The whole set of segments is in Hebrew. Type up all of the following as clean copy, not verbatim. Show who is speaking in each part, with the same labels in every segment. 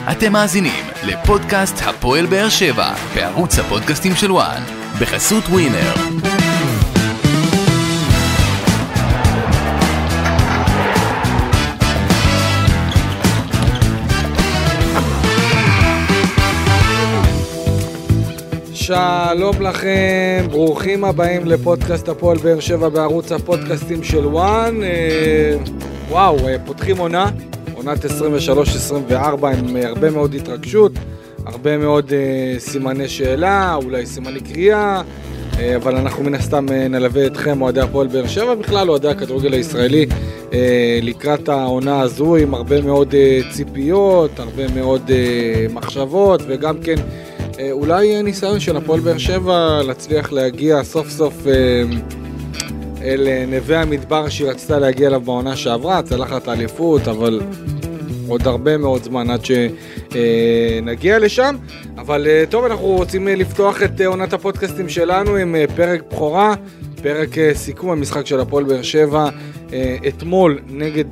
Speaker 1: אתם מאזינים לפודקאסט הפועל באר שבע בערוץ הפודקאסטים של וואן בחסות ווינר.
Speaker 2: שלום לכם, ברוכים הבאים לפודקאסט הפועל באר שבע בערוץ הפודקאסטים של וואן. וואו, פותחים עונת 23-24 עם הרבה מאוד התרגשות, הרבה מאוד סימני שאלה, אולי סימני קריאה, אבל אנחנו מן הסתם נלווה אתכם, אוהדי הפועל באר שבע, בכלל אוהדי הכדורגל הישראלי, לקראת העונה הזו עם הרבה מאוד ציפיות, הרבה מאוד מחשבות, וגם כן אולי ניסיון של הפועל באר שבע להצליח להגיע סוף סוף אל נווה המדבר שהיא רצתה להגיע אליו בעונה שעברה, צלחת האליפות, אבל עוד הרבה מאוד זמן עד שנגיע לשם. אבל טוב, אנחנו רוצים לפתוח את עונת הפודקאסטים שלנו עם פרק בכורה, פרק סיכום המשחק של הפועל באר שבע אתמול נגד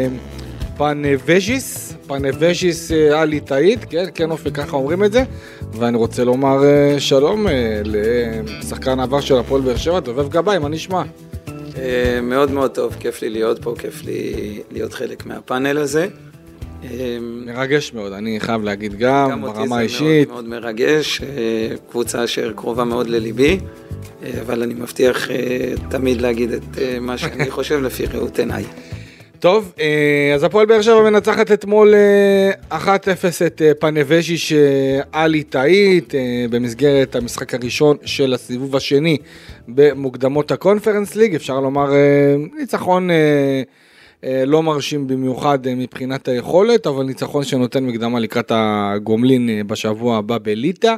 Speaker 2: פנבז'יס הליטאית, כן אופק, ככה אומרים את זה. ואני רוצה לומר שלום לשחקן העבר של הפועל באר שבע, דובב גבאי, מה נשמע?
Speaker 3: מאוד מאוד טוב, כיף לי להיות פה, כיף לי להיות חלק מהפאנל הזה.
Speaker 2: מרגש מאוד, אני חייב להגיד גם ברמה האישית.
Speaker 3: מאוד מאוד מרגש, קבוצה אשר קרובה מאוד לליבי, אבל אני מבטיח תמיד להגיד את מה שאני חושב לפי ראות עיניי.
Speaker 2: טוב, אז הפועל באר שבע מנצחת אתמול 1-0 את פנבז'יס הליטאית במסגרת המשחק הראשון של הסיבוב השני במוקדמות הקונפרנס ליג. אפשר לומר ניצחון לא מרשים במיוחד מבחינת היכולת, אבל ניצחון שנותן מקדמה לקראת הגומלין בשבוע הבא בליטא.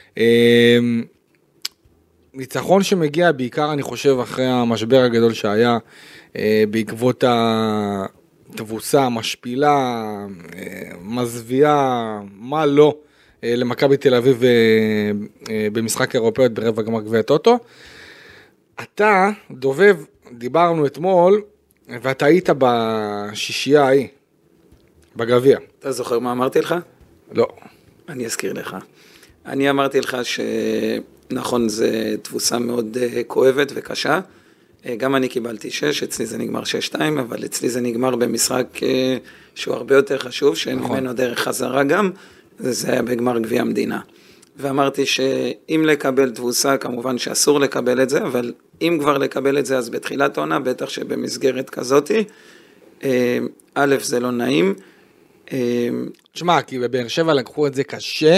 Speaker 2: ניצחון שמגיע בעיקר, אני חושב, אחרי המשבר הגדול שהיה בעקבות התבוסה המשפילה, מזוויעה, מה לא, למכבי תל אביב במשחק אירופאיות ברבע גמר גביע הטוטו. אתה, דובב, דיברנו אתמול, ואתה היית בשישייה ההיא, בגביע.
Speaker 3: אתה זוכר מה אמרתי לך?
Speaker 2: לא.
Speaker 3: אני אזכיר לך. אני אמרתי לך שנכון, זה תבוסה מאוד כואבת וקשה. גם אני קיבלתי 6, אצלי זה נגמר 6-2, אבל אצלי זה נגמר במשחק שהוא הרבה יותר חשוב, שאין ממנו דרך חזרה גם, זה היה בגמר גביע המדינה. ואמרתי שאם לקבל תבוסה, כמובן שאסור לקבל את זה, אבל אם כבר לקבל את זה, אז בתחילת העונה, בטח שבמסגרת כזאת, א', זה לא נעים.
Speaker 2: תשמע, כי בבאר שבע לקחו את זה קשה,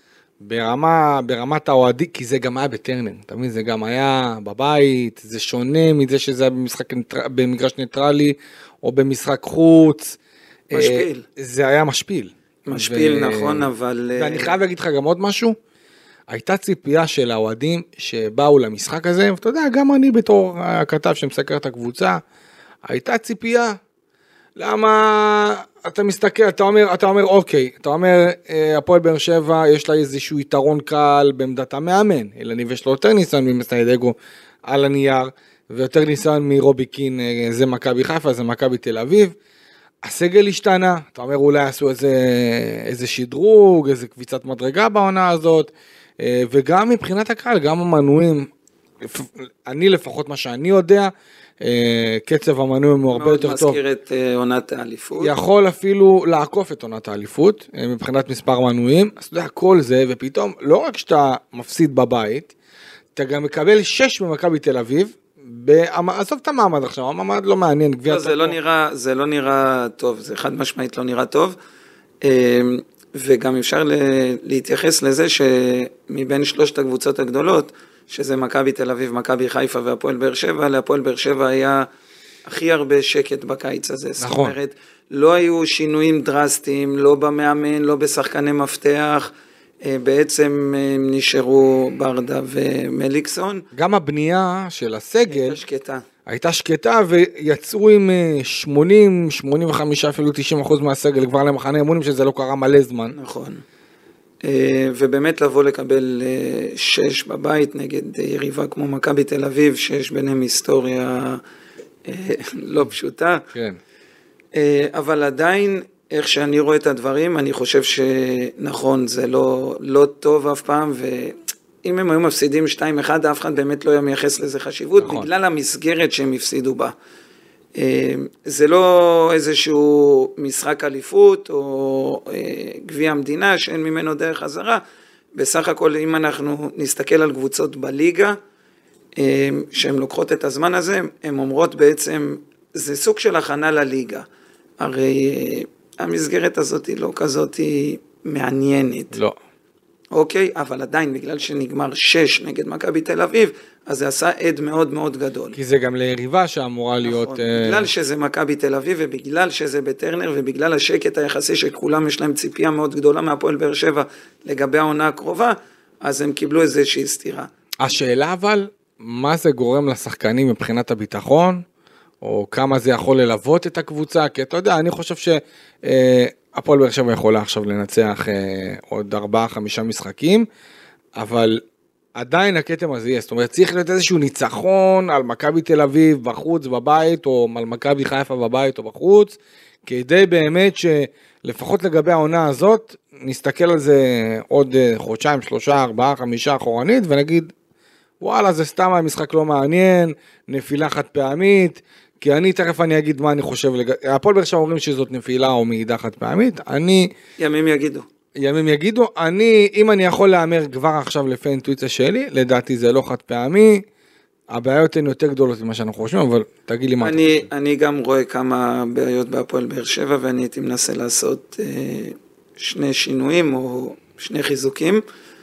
Speaker 2: ברמת האוהדי, כי זה גם היה בטרנר, תמיד זה גם היה בבית, זה שונה מזה שזה היה במגרש ניטרלי, או במשחק חוץ.
Speaker 3: משפיל.
Speaker 2: זה היה משפיל.
Speaker 3: משפיל, נכון, אבל
Speaker 2: ואני חייב להגיד לך גם עוד משהו, הייתה ציפייה של האוהדים שבאו למשחק הזה, ואתה יודע, גם אני בתור הכתב שמסקר את הקבוצה, הייתה ציפייה, למה אתה מסתכל, אתה אומר אוקיי, אתה אומר הפועל באר שבע יש לה איזשהו יתרון קל בעמדת המאמן, אלא יש לו יותר ניסיון ממסיידגו על הנייר, ויותר ניסיון מרובי קין, זה מכבי חיפה, זה מכבי תל אביב, הסגל השתנה, אתה אומר אולי עשו איזה שדרוג, איזה קביצת מדרגה בעונה הזאת, וגם מבחינת הקהל, גם המנויים, אני לפחות מה שאני יודע, קצב המנויים הוא הרבה יותר טוב.
Speaker 3: מאוד מזכיר את עונת האליפות.
Speaker 2: יכול אפילו לעקוף את עונת האליפות, מבחינת מספר מנויים, אז אתה יודע, כל זה, ופתאום, לא רק שאתה מפסיד בבית, אתה גם מקבל 6 במכבי תל אביב, עזוב את המעמד עכשיו, המעמד לא מעניין.
Speaker 3: זה לא נראה טוב, זה חד משמעית לא נראה טוב, וגם אפשר להתייחס לזה שמבין 3 הקבוצות הגדולות, שזה מכבי תל אביב, מכבי חיפה והפועל באר שבע, להפועל באר שבע היה הכי הרבה שקט בקיץ הזה.
Speaker 2: נכון.
Speaker 3: זאת אומרת, לא היו שינויים דרסטיים, לא במאמן, לא בשחקני מפתח, בעצם נשארו ברדה ומליקסון.
Speaker 2: גם הבנייה של הסגל
Speaker 3: הייתה שקטה.
Speaker 2: הייתה שקטה ויצאו עם 80, 85 אפילו 90% מהסגל כבר למחנה אמונים, שזה לא קרה מלא זמן.
Speaker 3: נכון. ובאמת לבוא לקבל 6 בבית נגד יריבה כמו מכבי תל אביב, שיש ביניהם היסטוריה לא פשוטה.
Speaker 2: כן.
Speaker 3: אבל עדיין איך שאני רואה את הדברים, אני חושב שנכון, זה לא טוב אף פעם, ואם הם היו מפסידים 2-1, אף אחד באמת לא היה מייחס לזה חשיבות, נכון. בגלל המסגרת שהם הפסידו בה. זה לא איזשהו משחק אליפות, או גביע המדינה, שאין ממנו דרך חזרה. בסך הכל, אם אנחנו נסתכל על קבוצות בליגה, שהן לוקחות את הזמן הזה, הן אומרות בעצם, זה סוג של הכנה לליגה. הרי המסגרת הזאת היא לא כזאת מעניינת.
Speaker 2: לא.
Speaker 3: אוקיי, אבל עדיין, בגלל שנגמר 6 נגד מכבי תל אביב, אז זה עשה עד מאוד מאוד גדול.
Speaker 2: כי זה גם ליריבה שאמורה להיות...
Speaker 3: נכון, בגלל שזה מכבי תל אביב, ובגלל שזה בטרנר, ובגלל השקט היחסי שכולם יש להם ציפייה מאוד גדולה מהפועל באר שבע, לגבי העונה הקרובה, אז הם קיבלו איזושהי סתירה.
Speaker 2: השאלה אבל, מה זה גורם לשחקנים מבחינת הביטחון, או כמה זה יכול ללוות את הקבוצה, כי אתה יודע, אני חושב שהפועל באר שבע יכולה עכשיו לנצח עוד 4-5 משחקים, אבל עדיין הכתם הזה יש, זאת אומרת, צריך להיות איזשהו ניצחון על מכבי תל אביב בחוץ, בבית, או על מכבי חיפה בבית או בחוץ, כדי באמת שלפחות לגבי העונה הזאת, נסתכל על זה עוד חודשיים, 3, 4, 5 אחורנית, ונגיד, וואלה, זה סתם המשחק לא מעניין, נפילה חד פעמית, כי תכף אני אגיד מה אני חושב, הפועל באר שבע אומרים שזאת נפילה או מעידה חד פעמית,
Speaker 3: ימים
Speaker 2: יגידו, אם אני יכול לאמר כבר עכשיו לפי האינטואיציה שלי, לדעתי זה לא חד פעמי, הבעיות הן יותר גדולות ממה שאנחנו חושבים, אבל תגיד לי מה.
Speaker 3: אני גם רואה כמה בעיות בהפועל באר שבע, ואני הייתי מנסה לעשות 2 שינויים או 2 חיזוקים,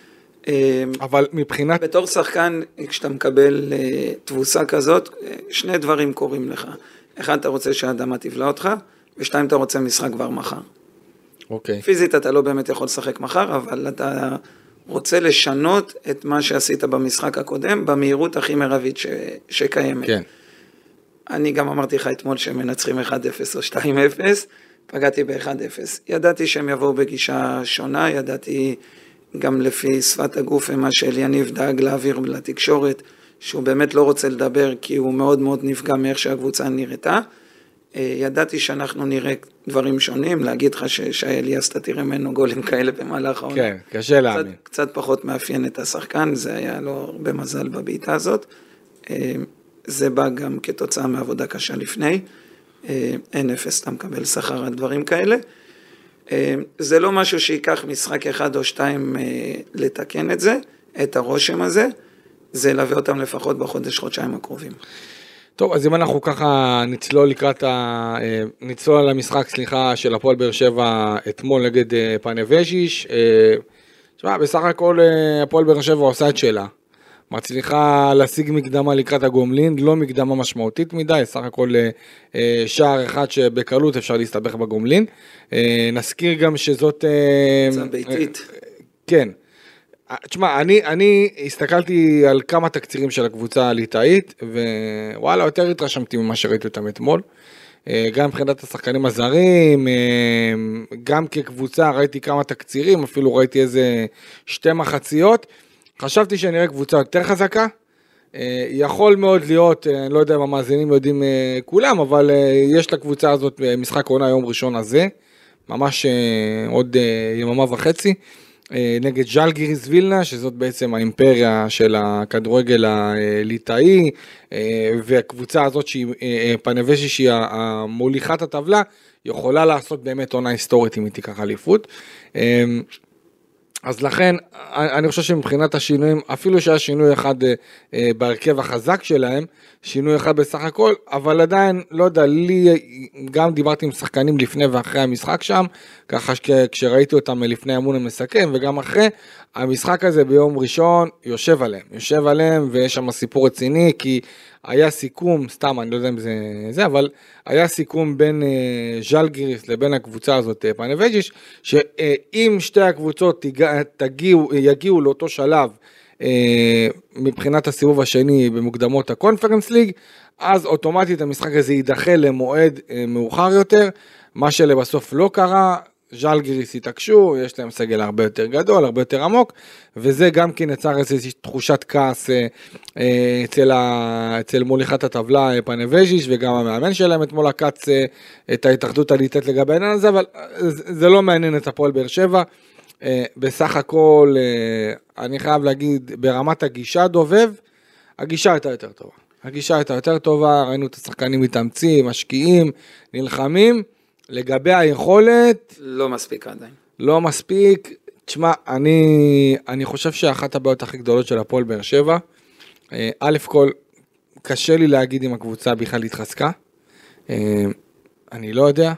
Speaker 2: אבל מבחינת...
Speaker 3: בתור שחקן, כשאתה מקבל תבוסה כזאת, 2 דברים קורים לך. 1, אתה רוצה שהאדמה תבלע אותך, ו2, אתה רוצה משחק כבר מחר.
Speaker 2: אוקיי.
Speaker 3: פיזית אתה לא באמת יכול לשחק מחר, אבל אתה רוצה לשנות את מה שעשית במשחק הקודם, במהירות הכי מרבית שקיימת.
Speaker 2: כן.
Speaker 3: אני גם אמרתי לך אתמול שהם מנצחים 1-0 או 2-0, פגעתי ב-1-0. ידעתי שהם יבואו בגישה שונה, ידעתי גם לפי שפת הגוף ומה שאליניב דאג להעביר לתקשורת, שהוא באמת לא רוצה לדבר כי הוא מאוד מאוד נפגע מאיך שהקבוצה נראתה. ידעתי שאנחנו נראה דברים שונים, להגיד לך שאליאס אתה תראה ממנו גולים כאלה במהלך העונה.
Speaker 2: כן, קשה להאמין.
Speaker 3: קצת פחות מאפיין את השחקן, זה היה לו הרבה מזל בביתה הזאת. זה בא גם כתוצאה מעבודה קשה לפני. אין אפס, אתה מקבל שכר על דברים כאלה. זה לא משהו שיקח משחק 1 או 2 לתקן את זה, את הרושם הזה, זה ילווה אותם לפחות בחודש-חודשיים הקרובים.
Speaker 2: טוב, אז אם אנחנו ככה נצלול נצלול על המשחק, של הפועל באר שבע אתמול נגד פנבז'יש, בסך הכל הפועל באר שבע עושה את שלה, מצליחה להשיג מקדמה לקראת הגומלין, לא מקדמה משמעותית מדי, סך הכל שער אחד שבקלות אפשר להסתבך בגומלין, נזכיר גם שזאת...
Speaker 3: קבוצה ביתית.
Speaker 2: כן. תשמע, אני הסתכלתי על כמה תקצירים של הקבוצה הליטאית, ווואלה, יותר התרשמתי ממה שראיתי אותם אתמול, גם מבחינת השחקנים הזרים, גם כקבוצה ראיתי כמה תקצירים, אפילו ראיתי איזה 2 מחציות, חשבתי שנראה קבוצה יותר חזקה, יכול מאוד להיות, אני לא יודע אם המאזינים יודעים כולם, אבל יש לקבוצה הזאת משחק עונה יום ראשון הזה, ממש עוד יממה וחצי, נגד ז'לגיריס וילנה, שזאת בעצם האימפריה של הכדורגל הליטאי, והקבוצה הזאת שהיא פנבז'יש, שהיא המוליכת הטבלה, יכולה לעשות באמת עונה היסטורית אם היא תיקח אליפות. אז לכן, אני חושב שמבחינת השינויים, אפילו שהיה שינוי אחד בהרכב החזק שלהם, שינוי אחד בסך הכל, אבל עדיין, לא יודע, לי, גם דיברתי עם שחקנים לפני ואחרי המשחק שם, ככה כשראיתי אותם לפני אמון המסכם, וגם אחרי, המשחק הזה ביום ראשון יושב עליהם, ויש שם סיפור רציני, כי היה סיכום, סתם, אני לא יודע אם זה, אבל היה סיכום בין ז'לגיריס לבין הקבוצה הזאת, פנבז'יש, שאם שתי הקבוצות יגיעו לאותו שלב, מבחינת הסיבוב השני במוקדמות הקונפרנס ליג, אז אוטומטית המשחק הזה יידחה למועד מאוחר יותר, מה שלבסוף לא קרה, ז'לגיריס התעקשו, יש להם סגל הרבה יותר גדול, הרבה יותר עמוק, וזה גם כן יצר איזושהי תחושת כעס אצל מוליכת הטבלה פנבז'יש, וגם המאמן שלהם אתמול עקץ את ההתאחדות הליטאית לגבי העניין הזה, אבל זה לא מעניין את הפועל באר שבע. בסך הכל, אני חייב להגיד, ברמת הגישה דובב, הגישה הייתה יותר טובה. הגישה הייתה יותר טובה, ראינו את השחקנים מתאמצים, משקיעים, נלחמים, לגבי היכולת...
Speaker 3: לא מספיק עדיין.
Speaker 2: לא מספיק, תשמע, אני חושב שאחת הבעיות הכי גדולות של הפועל באר שבע, א' כל, קשה לי להגיד אם הקבוצה בכלל התחזקה, אני לא יודע,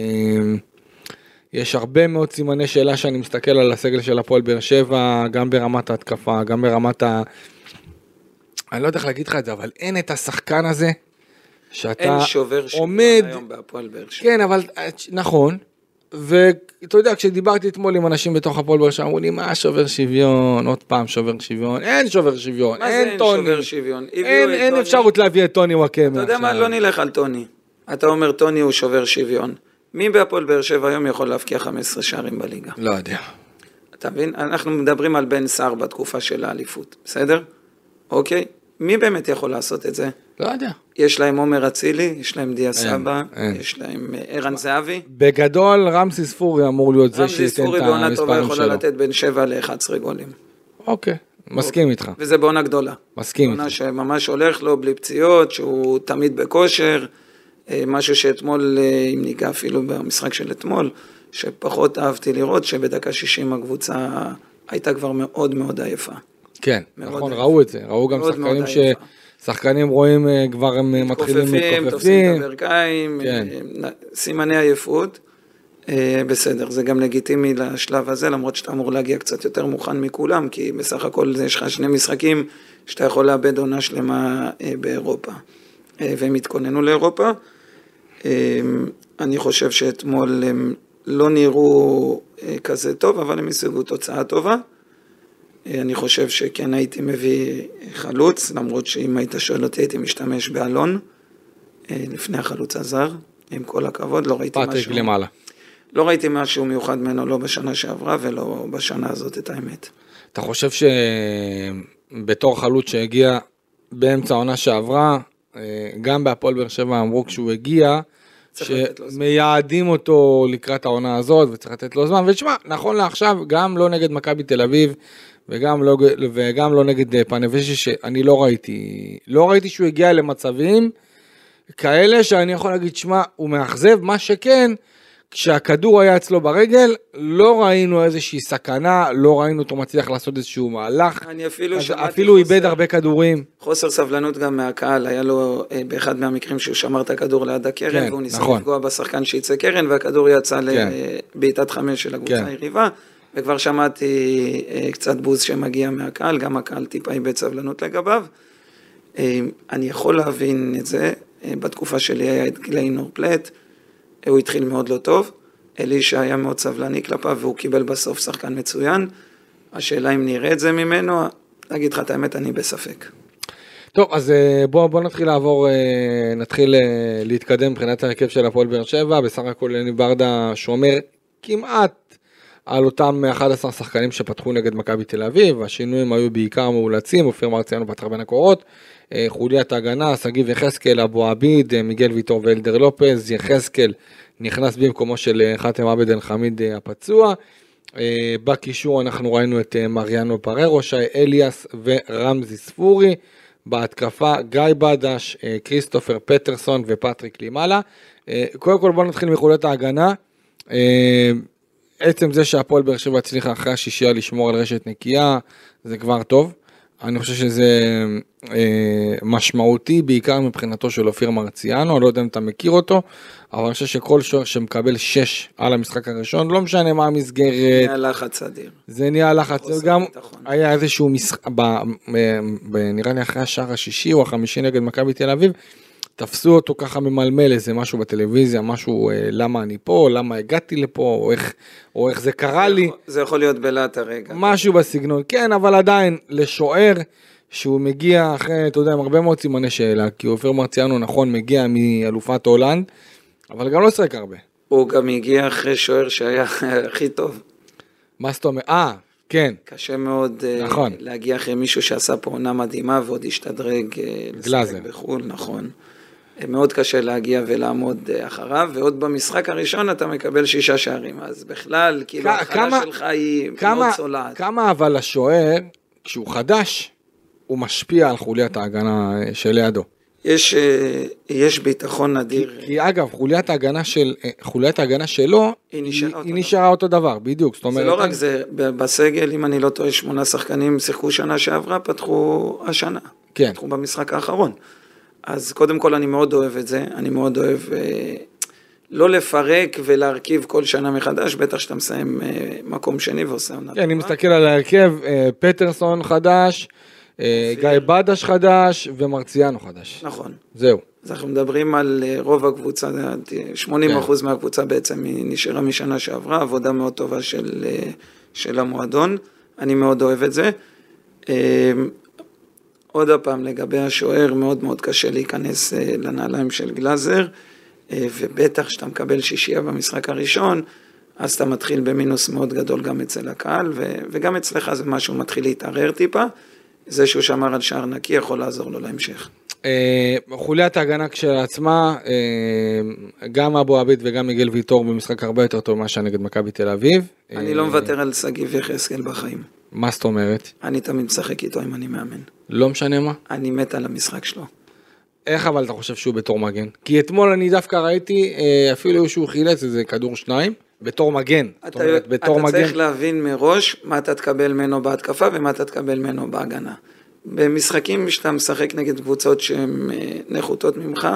Speaker 2: יש הרבה מאוד סימני שאלה שאני מסתכל על הסגל של הפועל באר שבע, גם ברמת ההתקפה, גם ברמת אני לא יודע איך להגיד לך את זה, אבל אין את השחקן הזה, שאתה
Speaker 3: אין שובר
Speaker 2: עומד...
Speaker 3: היום בהפועל באר שבע.
Speaker 2: כן, אבל נכון, ואתה יודע, כשדיברתי אתמול עם אנשים בתוך הפועל באר שבע, אמרו לי, מה שובר שוויון? עוד פעם שובר שוויון, אין שובר שוויון, אין טוני.
Speaker 3: שובר שוויון?
Speaker 2: אין אפשרות להביא את טוני וואקמה.
Speaker 3: אתה יודע מה, לא נלך על טוני. אתה אומר טוני הוא שובר שוויון. מי בהפועל באר שבע היום יכול להפקיע 15 שערים בליגה?
Speaker 2: לא יודע.
Speaker 3: אתה מבין? אנחנו מדברים על בן סער בתקופה של האליפות, בסדר? אוקיי? מי באמת יכול לעשות את זה?
Speaker 2: לא יודע.
Speaker 3: יש להם עומר אצילי, יש להם דיה סבא, יש להם ערן זהבי.
Speaker 2: בגדול רמזי ספורי אמור להיות זה
Speaker 3: רמזי
Speaker 2: שייתן
Speaker 3: ספורי
Speaker 2: את
Speaker 3: בעונה
Speaker 2: המספרים
Speaker 3: טובה
Speaker 2: שלו.
Speaker 3: יכולה לתת בין 7 ל-11 גולים.
Speaker 2: אוקיי, מסכים איתך.
Speaker 3: וזה בעונה גדולה.
Speaker 2: מסכים איתך.
Speaker 3: בעונה שממש הולך לו בלי פציעות, שהוא תמיד בכושר, משהו שאתמול, אם ניגע אפילו במשחק של אתמול, שפחות אהבתי לראות, שבדקה 60 הקבוצה הייתה כבר מאוד מאוד עייפה.
Speaker 2: כן, נכון, ראו את זה, ראו גם שחקנים שחקנים רואים כבר הם מתחילים מתכופפים,
Speaker 3: תופסים את הברכיים, סימני עייפות, בסדר, זה גם לגיטימי לשלב הזה, למרות שאתה אמור להגיע קצת יותר מוכן מכולם, כי בסך הכל יש לך 2 משחקים שאתה יכול לאבד עונה שלמה באירופה, והם התכוננו לאירופה. אני חושב שאתמול הם לא נראו כזה טוב, אבל הם השיגו תוצאה טובה. אני חושב שכן הייתי מביא חלוץ, למרות שאם היית שואל אותי הייתי משתמש באלון, לפני החלוץ הזר, עם כל הכבוד, לא ראיתי
Speaker 2: פטריק למעלה.
Speaker 3: לא ראיתי משהו מיוחד ממנו, לא בשנה שעברה ולא בשנה הזאת, את האמת.
Speaker 2: אתה חושב שבתור חלוץ שהגיע באמצע העונה שעברה, גם בהפועל באר שבע אמרו כשהוא הגיע, שמייעדים אותו לקראת העונה הזאת, וצריך לתת לו זמן, ותשמע, נכון לעכשיו, גם לא נגד מכבי תל אביב, וגם לא נגד פנבז'יש, שאני לא ראיתי שהוא הגיע למצבים כאלה, שאני יכול להגיד, שמה, הוא מאכזב, מה שכן, כשהכדור היה אצלו ברגל, לא ראינו איזושהי סכנה, לא ראינו אותו מצליח לעשות איזשהו מהלך, אפילו איבד הרבה כדורים.
Speaker 3: חוסר סבלנות גם מהקהל, היה לו באחד מהמקרים שהוא שמר את הכדור ליד הקרן, והוא ניסה לפגוע בשחקן שיצא קרן, והכדור יצא לבעיטת 5 של הקבוצה היריבה, וכבר שמעתי קצת בוז שמגיע מהקהל, גם הקהל טיפה איבד סבלנות לגביו. אני יכול להבין את זה, בתקופה שלי היה את גליינור פלט, הוא התחיל מאוד לא טוב, אלישע היה מאוד סבלני כלפיו, והוא קיבל בסוף שחקן מצוין. השאלה אם נראה את זה ממנו, להגיד לך את האמת, אני בספק.
Speaker 2: טוב, אז בוא נתחיל להתקדם מבחינת הרכב של הפועל באר שבע. בסך הכל אלי ברדה שומר כמעט על אותם 11 שחקנים שפתחו נגד מכבי תל אביב, השינויים היו בעיקר מאולצים, אופיר מרציאנו פתח בין הקורות, חוליית ההגנה, סגיב יחזקאל, אבו עביד, מיגל ויטור ואלדר לופז, יחזקאל נכנס במקומו של חתם עבד אל חמיד הפצוע, בקישור אנחנו ראינו את מריאנו פררו, שי אליאס ורמזי ספורי, בהתקפה גיא בדש, כריסטופר פטרסון ופטריק לימאלה. קודם כל בואו נתחיל מחוליית ההגנה, עצם זה שהפועל באר שבע הצליחה אחרי השישייה לשמור על רשת נקייה, זה כבר טוב. אני חושב שזה משמעותי, בעיקר מבחינתו של אופיר מרציאנו, אני לא יודע אם אתה מכיר אותו, אבל אני חושב שכל שוער שמקבל 6 על המשחק הראשון, לא משנה מה המסגרת. זה
Speaker 3: נהיה לחץ אדיר.
Speaker 2: זה נהיה לחץ, גם היה איזשהו משחק, נראה לי אחרי השער השישי או החמישי נגד מכבי תל אביב, תפסו אותו ככה ממלמל איזה משהו בטלוויזיה, משהו למה אני פה, למה הגעתי לפה, או איך זה קרה לי.
Speaker 3: זה יכול להיות בלעת הרגע.
Speaker 2: משהו בסגנון, כן, אבל עדיין לשוער שהוא מגיע אחרי, אתה יודע, עם הרבה מאוד סימני שאלה, כי אופיר מרציאנו נכון מגיע מאלופת הולנד, אבל גם לא שחק הרבה.
Speaker 3: הוא גם הגיע אחרי שוער שהיה הכי טוב.
Speaker 2: מה זאת אומרת? כן.
Speaker 3: קשה מאוד
Speaker 2: נכון.
Speaker 3: להגיע אחרי מישהו שעשה פה עונה מדהימה ועוד השתדרג
Speaker 2: גלאזר.
Speaker 3: בחול, נכון. מאוד קשה להגיע ולעמוד אחריו, ועוד במשחק הראשון אתה מקבל 6 שערים, אז בכלל, כאילו ההתחלה שלך היא מאוד צולעת.
Speaker 2: כמה אבל השוער, כשהוא חדש, הוא משפיע על חוליית ההגנה שלידו.
Speaker 3: יש ביטחון נדיר.
Speaker 2: כי אגב, חוליית ההגנה שלו, היא נשארה אותו דבר, בדיוק.
Speaker 3: זה לא רק זה, בסגל, אם אני לא טועה, 8 שחקנים שיחקו שנה שעברה, פתחו השנה.
Speaker 2: כן.
Speaker 3: פתחו במשחק האחרון. אז קודם כל אני מאוד אוהב את זה, אני מאוד אוהב לא לפרק ולהרכיב כל שנה מחדש, בטח שאתה מסיים מקום שני ועושה עונה טובה.
Speaker 2: אני מסתכל על ההרכב, פטרסון חדש, גיא בדש חדש ומרציאנו חדש.
Speaker 3: נכון.
Speaker 2: זהו.
Speaker 3: אז אנחנו מדברים על רוב הקבוצה, 80% מהקבוצה בעצם נשארה משנה שעברה, עבודה מאוד טובה של המועדון, אני מאוד אוהב את זה. עוד הפעם, לגבי השוער, מאוד מאוד קשה להיכנס לנעליים של גלאזר, ובטח שאתה מקבל 6 במשחק הראשון, אז אתה מתחיל במינוס מאוד גדול גם אצל הקהל, וגם אצלך זה משהו מתחיל להתערער טיפה, זה שהוא שמר על שער נקי יכול לעזור לו להמשך.
Speaker 2: חוליית ההגנה כשלעצמה, גם אבו עביד וגם מיגל ויטור במשחק הרבה יותר טוב מאשר נגד מכבי תל אביב.
Speaker 3: אני לא מוותר על שגיב יחזקאל בחיים.
Speaker 2: מה זאת אומרת?
Speaker 3: אני תמיד משחק איתו אם אני מאמן.
Speaker 2: לא משנה מה?
Speaker 3: אני מת על המשחק שלו.
Speaker 2: איך אבל אתה חושב שהוא בתור מגן? כי אתמול אני דווקא ראיתי, אפילו שהוא חילץ איזה כדור 2, בתור מגן.
Speaker 3: אתה צריך להבין מראש מה אתה תקבל ממנו בהתקפה ומה אתה תקבל ממנו בהגנה. במשחקים שאתה משחק נגד קבוצות שהן נחותות ממך,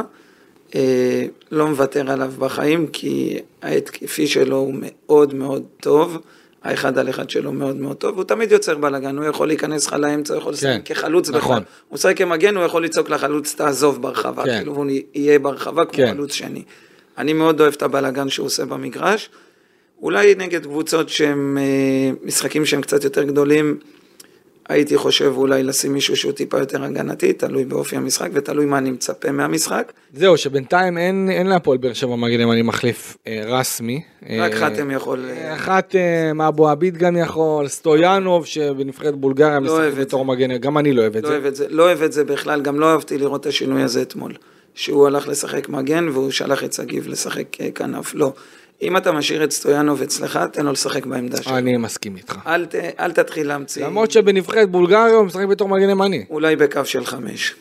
Speaker 3: לא מוותר עליו בחיים, כי ההתקפי שלו הוא מאוד מאוד טוב, האחד על אחד שלו מאוד מאוד טוב, הוא תמיד יוצר בלגן, הוא יכול להיכנס לך לאמצע, הוא יכול לשחק כחלוץ בכלל, הוא שחק כמגן, הוא יכול לצעוק לחלוץ, תעזוב ברחבה, כאילו הוא יהיה ברחבה כמו חלוץ שני. אני מאוד אוהב את הבלגן שהוא עושה במגרש, אולי נגד קבוצות שהם משחקים שהם קצת יותר גדולים, הייתי חושב אולי לשים מישהו שהוא טיפה יותר הגנתי, תלוי באופי המשחק ותלוי מה אני מצפה מהמשחק.
Speaker 2: זהו, שבינתיים אין להפועל באר שבע מגן אם אני מחליף רסמי.
Speaker 3: רק חתם יכול.
Speaker 2: חתם, אבו עביד גם יכול, סטויאנוב שבנבחרת בולגריה משחק בתור מגן, גם אני לא אוהב את זה.
Speaker 3: לא אוהב את זה בכלל, גם לא אהבתי לראות את השינוי הזה אתמול. שהוא הלך לשחק מגן והוא שלח את סגיב לשחק כנף, לא. אם אתה משאיר את סטויאנוב אצלך, תן לו לשחק בעמדה שלו.
Speaker 2: אני מסכים איתך.
Speaker 3: אל תתחיל להמציא.
Speaker 2: למרות שבנבחרת בולגריה הוא משחק בתור מגן ימני.
Speaker 3: אולי בקו של 5.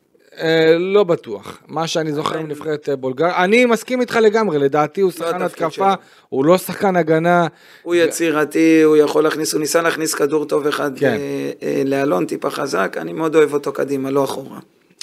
Speaker 2: לא בטוח. מה שאני זוכר מנבחרת בולגריה, אני מסכים איתך לגמרי, לדעתי הוא שחקן התקפה, הוא לא שחקן הגנה.
Speaker 3: הוא יצירתי, הוא יכול להכניס, הוא ניסה להכניס כדור טוב אחד לאלון, טיפה חזק, אני מאוד אוהב אותו קדימה, לא אחורה.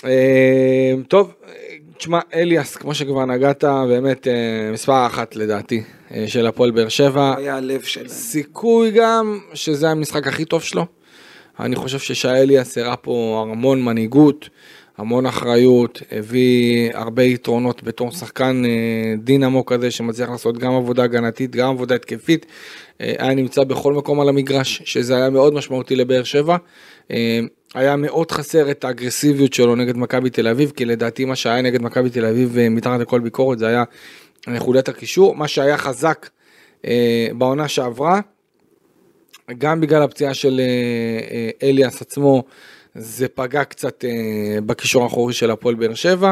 Speaker 2: טוב, תשמע, אליאס, כמו שכבר נגעת, באמת מספר 1 לדעתי, של הפועל באר שבע.
Speaker 3: היה הלב שלהם.
Speaker 2: סיכוי גם שזה המשחק הכי טוב שלו. אני חושב שאליאס הראה פה המון מנהיגות, המון אחריות, הביא הרבה יתרונות בתור שחקן דינמו כזה, שמצליח לעשות גם עבודה הגנתית, גם עבודה התקפית. היה נמצא בכל מקום על המגרש, שזה היה מאוד משמעותי לבאר שבע. היה מאוד חסר את האגרסיביות שלו נגד מכבי תל אביב, כי לדעתי מה שהיה נגד מכבי תל אביב מתחת לכל ביקורת, זה היה חוליית הקישור, מה שהיה חזק בעונה שעברה, גם בגלל הפציעה של אליאס עצמו, זה פגע קצת בקישור האחורי של הפועל באר שבע,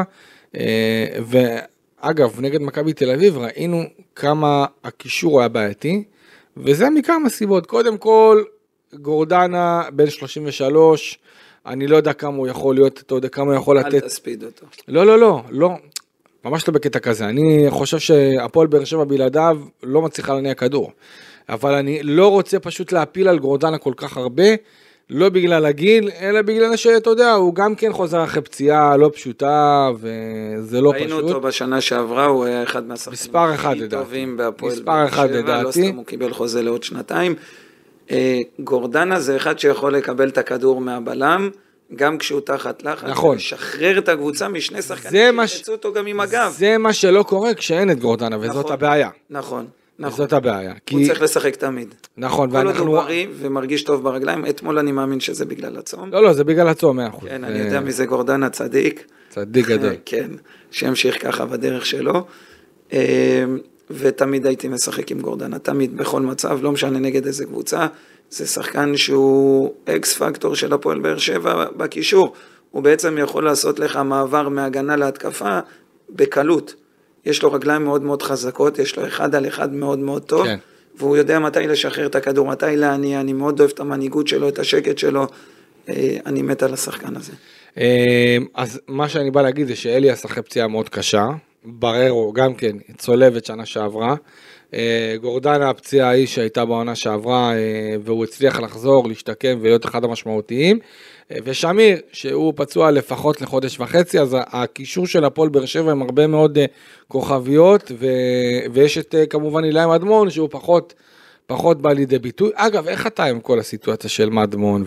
Speaker 2: ואגב, נגד מכבי תל אביב ראינו כמה הקישור היה בעייתי, וזה מכמה סיבות, קודם כל, גורדנה בן 33, אני לא יודע כמה הוא יכול להיות, אתה יודע כמה הוא יכול לתת.
Speaker 3: אל תספיד אותו.
Speaker 2: לא, ממש לא בקטע כזה, אני חושב שהפועל באר שבע בלעדיו לא מצליחה להניע כדור, אבל אני לא רוצה פשוט להפיל על גורדנה כל כך הרבה, לא בגלל הגיל, אלא בגלל שאתה יודע, הוא גם כן חוזר אחרי פציעה לא פשוטה, וזה לא פשוט.
Speaker 3: ראינו אותו בשנה שעברה, הוא היה אחד מהשחקנים הכי טובים בהפועל באר שבע, לא סתם הוא קיבל חוזה לעוד 2 גורדנה זה אחד שיכול לקבל את הכדור מהבלם, גם כשהוא תחת לחץ,
Speaker 2: נכון.
Speaker 3: לשחרר את הקבוצה משני שחקנים שיצאו אותו גם עם הגב.
Speaker 2: זה מה שלא קורה כשאין את גורדנה, וזאת הבעיה.
Speaker 3: נכון.
Speaker 2: וזאת הבעיה.
Speaker 3: הוא צריך לשחק תמיד.
Speaker 2: נכון.
Speaker 3: כל עוד הוא בריא ומרגיש טוב ברגליים, אתמול אני מאמין שזה בגלל הצום.
Speaker 2: לא, זה בגלל הצום, 100%.
Speaker 3: כן, אני יודע מי זה גורדנה, צדיק.
Speaker 2: צדיק גדול.
Speaker 3: כן, שימשיך ככה בדרך שלו. ותמיד הייתי משחק עם גורדנה, תמיד, בכל מצב, לא משנה נגד איזה קבוצה, זה שחקן שהוא אקס פקטור של הפועל באר שבע בקישור, הוא בעצם יכול לעשות לך מעבר מהגנה להתקפה בקלות, יש לו רגליים מאוד מאוד חזקות, יש לו אחד על אחד מאוד מאוד טוב, כן. והוא יודע מתי לשחרר את הכדור, מתי להניע, אני מאוד אוהב את המנהיגות שלו, את השקט שלו, אני מת על השחקן הזה.
Speaker 2: אז מה שאני בא להגיד זה שאלי שחק פציעה מאוד קשה, בררו גם כן צולבת שנה שעברה, גורדנה הפציעה היא שהייתה בעונה שעברה, והוא הצליח לחזור, להשתקם ולהיות אחד המשמעותיים, ושמיר שהוא פצוע לפחות לחודש וחצי, אז הקישור של הפועל באר שבע עם הרבה מאוד כוכביות, ויש את כמובן אילי מדמון שהוא פחות בא לידי ביטוי. אגב, איך אתה עם כל הסיטואציה של מדמון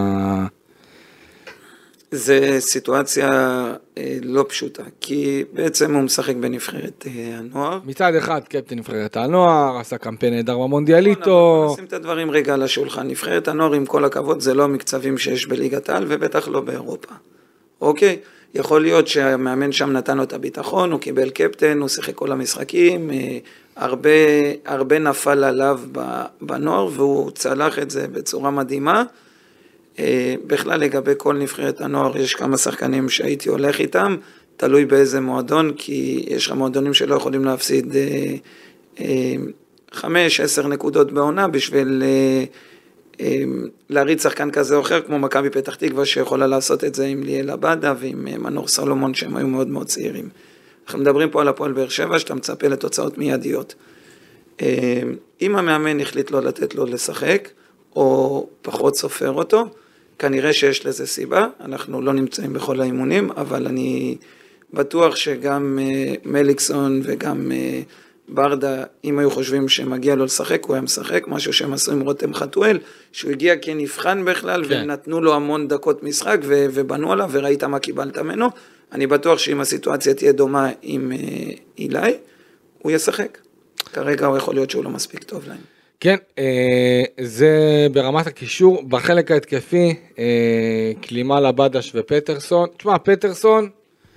Speaker 3: זה סיטואציה לא פשוטה, כי בעצם הוא משחק בנבחרת הנוער.
Speaker 2: מצד אחד קפטן נבחרת הנוער, עשה קמפיין נהדר במונדיאליטו.
Speaker 3: נשים את הדברים רגע על השולחן, נבחרת הנוער עם כל הכבוד זה לא המקצבים שיש בליגת העל ובטח לא באירופה. אוקיי? יכול להיות שהמאמן שם נתן לו את הביטחון, הוא קיבל קפטן, הוא שיחק כל המשחקים, הרבה נפל עליו בנוער והוא צלח את זה בצורה מדהימה. בכלל לגבי כל נבחרת הנוער יש כמה שחקנים שהייתי הולך איתם, תלוי באיזה מועדון, כי יש לך מועדונים שלא יכולים להפסיד 5-10 נקודות בעונה בשביל להריץ שחקן כזה או אחר, כמו מכבי פתח תקווה שיכולה לעשות את זה עם ליאל עבדה ועם מנור סולומון שהם היו מאוד מאוד צעירים. אנחנו מדברים פה על הפועל באר שבע שאתה מצפה לתוצאות מיידיות. אם המאמן החליט לא לתת לו לשחק או פחות סופר אותו, כנראה שיש לזה סיבה, אנחנו לא נמצאים בכל האימונים, אבל אני בטוח שגם מליקסון וגם ברדה, אם היו חושבים שמגיע לו לשחק, הוא היה משחק, משהו שהם עשו עם רותם חתואל, שהוא הגיע כנבחן בכלל, כן. ונתנו לו המון דקות משחק, ובנו עליו, וראית מה קיבלת ממנו, אני בטוח שאם הסיטואציה תהיה דומה עם אילי, הוא ישחק. כרגע הוא יכול להיות שהוא לא מספיק טוב להם.
Speaker 2: כן, זה ברמת הקישור, בחלק ההתקפי, קלימה לבדש ופטרסון, תשמע, פטרסון,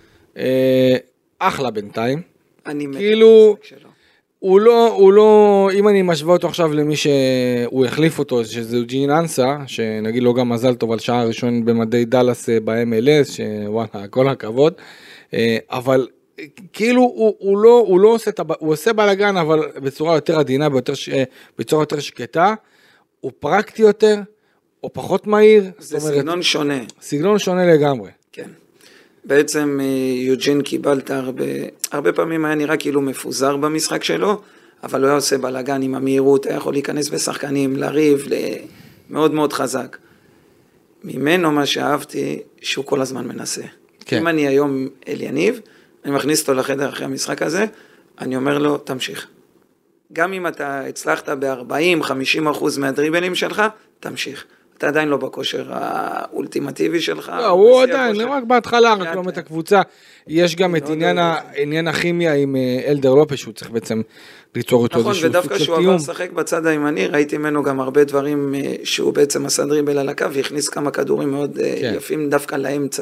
Speaker 2: אחלה בינתיים, כאילו, הוא לא, אם אני משווה אותו עכשיו למי שהוא יחליף אותו, שזה ג'ין אנסה, שנגיד לו גם מזל טוב על שעה הראשון במדי דלס ב-MLS, שוואלה, כל הכבוד, אבל כאילו הוא לא עושה, הוא עושה בלגן, אבל בצורה יותר עדינה, בצורה יותר שקטה, הוא פרקטי יותר, או פחות מהיר.
Speaker 3: זה סגנון שונה.
Speaker 2: סגנון שונה לגמרי.
Speaker 3: כן. בעצם יוג'ין קיבלת הרבה פעמים היה נראה כאילו מפוזר במשחק שלו, אבל הוא היה עושה בלגן עם המהירות, היה יכול להיכנס בשחקנים, לריב, מאוד מאוד חזק. ממנו מה שאהבתי, שהוא כל הזמן מנסה. כן. אם אני היום אל יניב, אני מכניס אותו לחדר אחרי המשחק הזה, אני אומר לו, תמשיך. גם אם אתה הצלחת ב-40-50% מהדריבלים שלך, תמשיך. אתה עדיין לא בכושר האולטימטיבי שלך.
Speaker 2: לא, הוא עדיין, רק בהתחלה, רק לא את הקבוצה. יש גם את עניין הכימיה עם אלדר לופס, שהוא צריך בעצם ליצור אותו איזשהו סוג של תיאום.
Speaker 3: נכון, ודווקא שהוא עבר לשחק בצד הימני, ראיתי ממנו גם הרבה דברים שהוא בעצם עשה דריבל על הקו, והכניס כמה כדורים מאוד יפים דווקא לאמצע.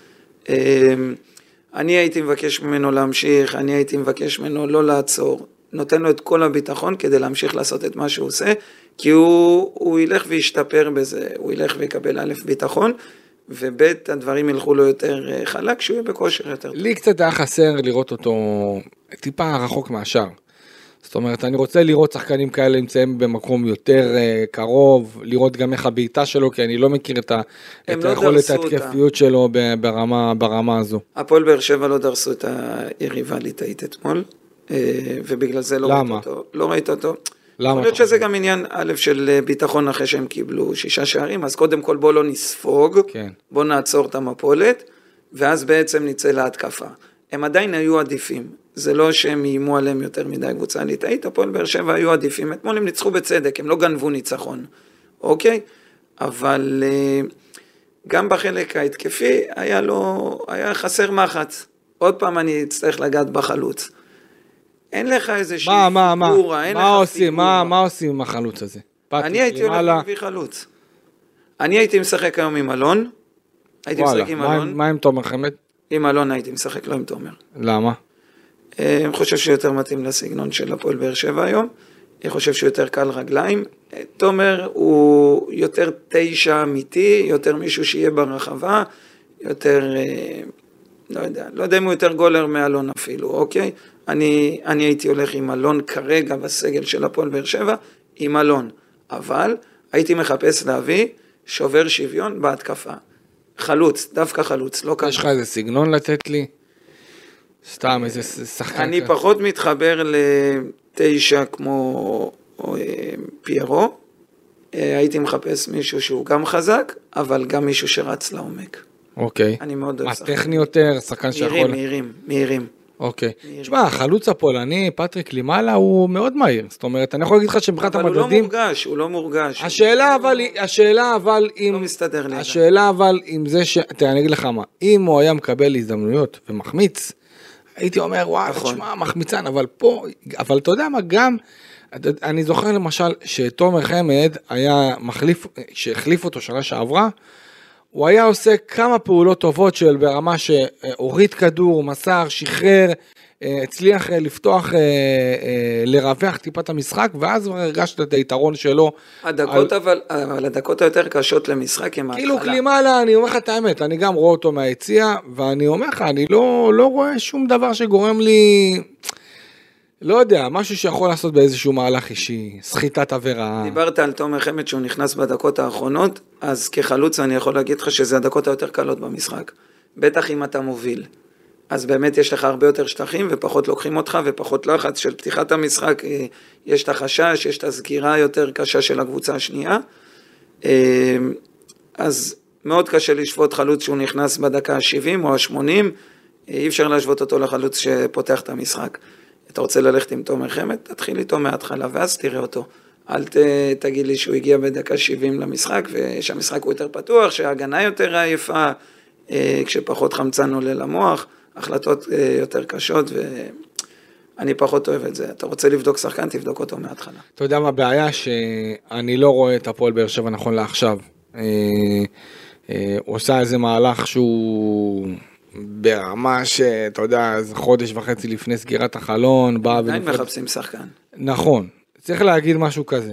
Speaker 3: אני הייתי מבקש ממנו להמשיך, אני הייתי מבקש ממנו לא לעצור, נותן לו את כל הביטחון כדי להמשיך לעשות את מה שהוא עושה, כי הוא ילך וישתפר בזה, הוא ילך ויקבל א' ביטחון, וב' הדברים ילכו לו יותר חלק, שהוא יהיה בכושר יותר טוב.
Speaker 2: לי קצת היה חסר לראות אותו טיפה רחוק מהשאר. זאת אומרת, אני רוצה לראות שחקנים כאלה נמצאים במקום יותר קרוב, לראות גם איך הבעיטה שלו, כי אני לא מכיר את היכולת ההתקפיות שלו ברמה הזו.
Speaker 3: הפועל באר שבע לא דרסו את היריבה ליטאית אתמול, ובגלל זה לא ראית אותו. יכול להיות שזה גם עניין א' של ביטחון אחרי שהם קיבלו 6 שערים, אז קודם כל בוא לא נספוג, בוא נעצור את המפולת, ואז בעצם נצא להתקפה. הם עדיין היו עדיפים, זה לא שהם איימו עליהם יותר מדי קבוצה ליטאית, הפועל באר שבע היו עדיפים, אתמול הם ניצחו בצדק, הם לא גנבו ניצחון, אוקיי? אבל גם בחלק ההתקפי היה חסר מחץ, עוד פעם אני אצטרך לגעת בחלוץ. אין לך איזושהי פיגורה, אין לך פיגורה.
Speaker 2: מה עושים עם החלוץ הזה?
Speaker 3: אני הייתי הולך להביא חלוץ. אני הייתי משחק היום עם אלון,
Speaker 2: מה עם תומר חמד?
Speaker 3: עם אלון הייתי משחק, לא עם תומר.
Speaker 2: למה?
Speaker 3: אני חושב שיותר מתאים לסגנון של הפועל באר שבע היום. אני חושב שהוא יותר קל רגליים. תומר הוא יותר 9 אמיתי, יותר מישהו שיהיה ברחבה, יותר, לא יודע אם הוא יותר גולר מאלון אפילו, אוקיי? אני הייתי הולך עם אלון כרגע בסגל של הפועל באר שבע, עם אלון. אבל הייתי מחפש להביא שובר שוויון בהתקפה. חלוץ, דווקא חלוץ, לא ככה.
Speaker 2: יש לך איזה סגנון לתת לי? סתם איזה שחקן.
Speaker 3: אני פחות מתחבר ל9 כמו פיירו. הייתי מחפש מישהו שהוא גם חזק, אבל גם מישהו שרץ לעומק.
Speaker 2: אוקיי.
Speaker 3: אני מאוד אוהב
Speaker 2: שחקן. מה טכני יותר, שחקן שיכול...
Speaker 3: מהירים.
Speaker 2: אוקיי. תשמע, החלוץ הפולני, פטריק לימאלה, הוא מאוד מהיר. זאת אומרת, אני יכול להגיד לך שמבחינת המדדים...
Speaker 3: אבל הוא לא מורגש.
Speaker 2: השאלה אבל אם...
Speaker 3: לא מסתדר לי.
Speaker 2: השאלה אבל אם זה ש... תראה, אני אגיד לך מה. אם הוא היה מקבל הזדמנויות ומחמיץ, הייתי אומר, וואו, תשמע, מחמיצן, אבל פה... אבל אתה יודע מה, גם... אני זוכר למשל שתומר חמד היה מחליף... שהחליף אותו שנה שעברה, הוא היה עושה כמה פעולות טובות של ברמה שהוריד כדור, מסר, שחרר, הצליח לפתוח, לרווח טיפת המשחק, ואז הוא הרגשת את היתרון שלו.
Speaker 3: הדקות אבל הדקות היותר קשות למשחק הם
Speaker 2: כאילו קלימאלה, אני אומר לך את האמת, אני גם רואה אותו מהיציאה, ואני אומר לך, אני לא רואה שום דבר שגורם לי... לא יודע, משהו שיכול לעשות באיזשהו מהלך אישי, סחיטת עבירה.
Speaker 3: דיברת על תומר חמד שהוא נכנס בדקות האחרונות, אז כחלוץ אני יכול להגיד לך שזה הדקות היותר קלות במשחק. בטח אם אתה מוביל. אז באמת יש לך הרבה יותר שטחים ופחות לוקחים אותך ופחות לחץ של פתיחת המשחק. יש את החשש, יש את הסגירה יותר קשה של הקבוצה השנייה. אז מאוד קשה לשפוט חלוץ שהוא נכנס בדקה ה-70 או ה-80. אי אפשר להשוות אותו לחלוץ שפותח את המשחק. אתה רוצה ללכת עם תומר חמד, תתחיל איתו מההתחלה, ואז תראה אותו. אל תגיד לי שהוא הגיע בדקה 70 למשחק, ושהמשחק הוא יותר פתוח, שההגנה יותר עייפה, כשפחות חמצן עולה למוח, החלטות יותר קשות, ואני פחות אוהב את זה. אתה רוצה לבדוק שחקן, תבדוק אותו מההתחלה.
Speaker 2: אתה יודע מה הבעיה? שאני לא רואה את הפועל באר שבע נכון לעכשיו. עושה איזה מהלך שהוא... ברמה שאתה יודע, חודש וחצי לפני סגירת החלון, בא
Speaker 3: עדיין מחפשים שחקן.
Speaker 2: נכון, צריך להגיד משהו כזה.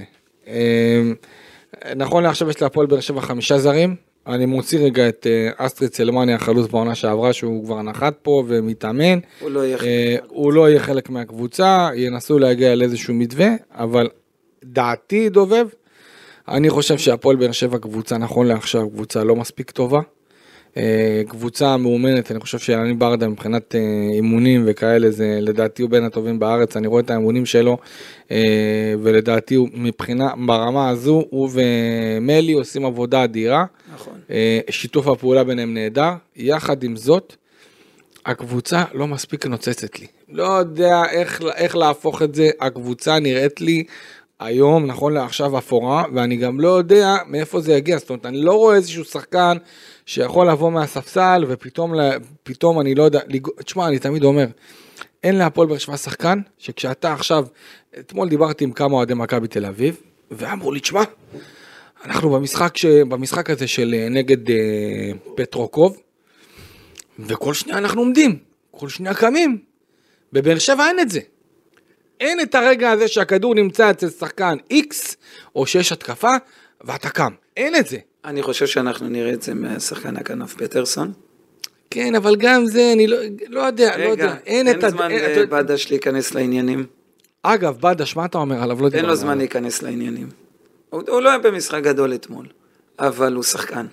Speaker 2: נכון לעכשיו יש להפועל באר שבע 5 זרים, אני מוציא רגע את אסטריד סלמני החלוץ בעונה שעברה, שהוא כבר נחת פה ומתאמן. הוא לא יהיה חלק מהקבוצה, ינסו להגיע לאיזשהו מתווה, אבל דעתי דובב, אני חושב שהפועל באר שבע קבוצה נכון לעכשיו, קבוצה לא מספיק טובה. קבוצה מאומנת, אני חושב שאלני ברדה מבחינת אימונים וכאלה, זה לדעתי הוא בין הטובים בארץ, אני רואה את האימונים שלו, ולדעתי הוא מבחינה, ברמה הזו, הוא ומלי עושים עבודה אדירה,
Speaker 3: נכון.
Speaker 2: שיתוף הפעולה ביניהם נהדר, יחד עם זאת, הקבוצה לא מספיק נוצצת לי, לא יודע איך להפוך את זה, הקבוצה נראית לי, היום, נכון לעכשיו אפורה, ואני גם לא יודע מאיפה זה יגיע, זאת אומרת, אני לא רואה איזשהו שחקן שיכול לבוא מהספסל, ופתאום אני לא יודע, תשמע, אני תמיד אומר, אין להפועל באר שבע שחקן, שכשאתה עכשיו, אתמול דיברתי עם כמה אוהדי מכבי תל אביב, ואמרו לי, תשמע, אנחנו במשחק הזה של נגד פטרוקוב, וכל שנייה אנחנו עומדים, כל שנייה קמים, בבאר שבע אין את זה. אין את הרגע הזה שהכדור נמצא אצל שחקן X, או שיש התקפה, ואתה קם. אין את זה.
Speaker 3: אני חושב שאנחנו נראה את זה מהשחקן הכנף פטרסון.
Speaker 2: כן, אבל גם זה, אני לא יודע,
Speaker 3: רגע, אין זמן בדש להיכנס לעניינים.
Speaker 2: אגב, בדש, מה אתה אומר עליו?
Speaker 3: אין לו זמן להיכנס לעניינים. הוא לא היה במשחק גדול אתמול, אבל הוא שחקן.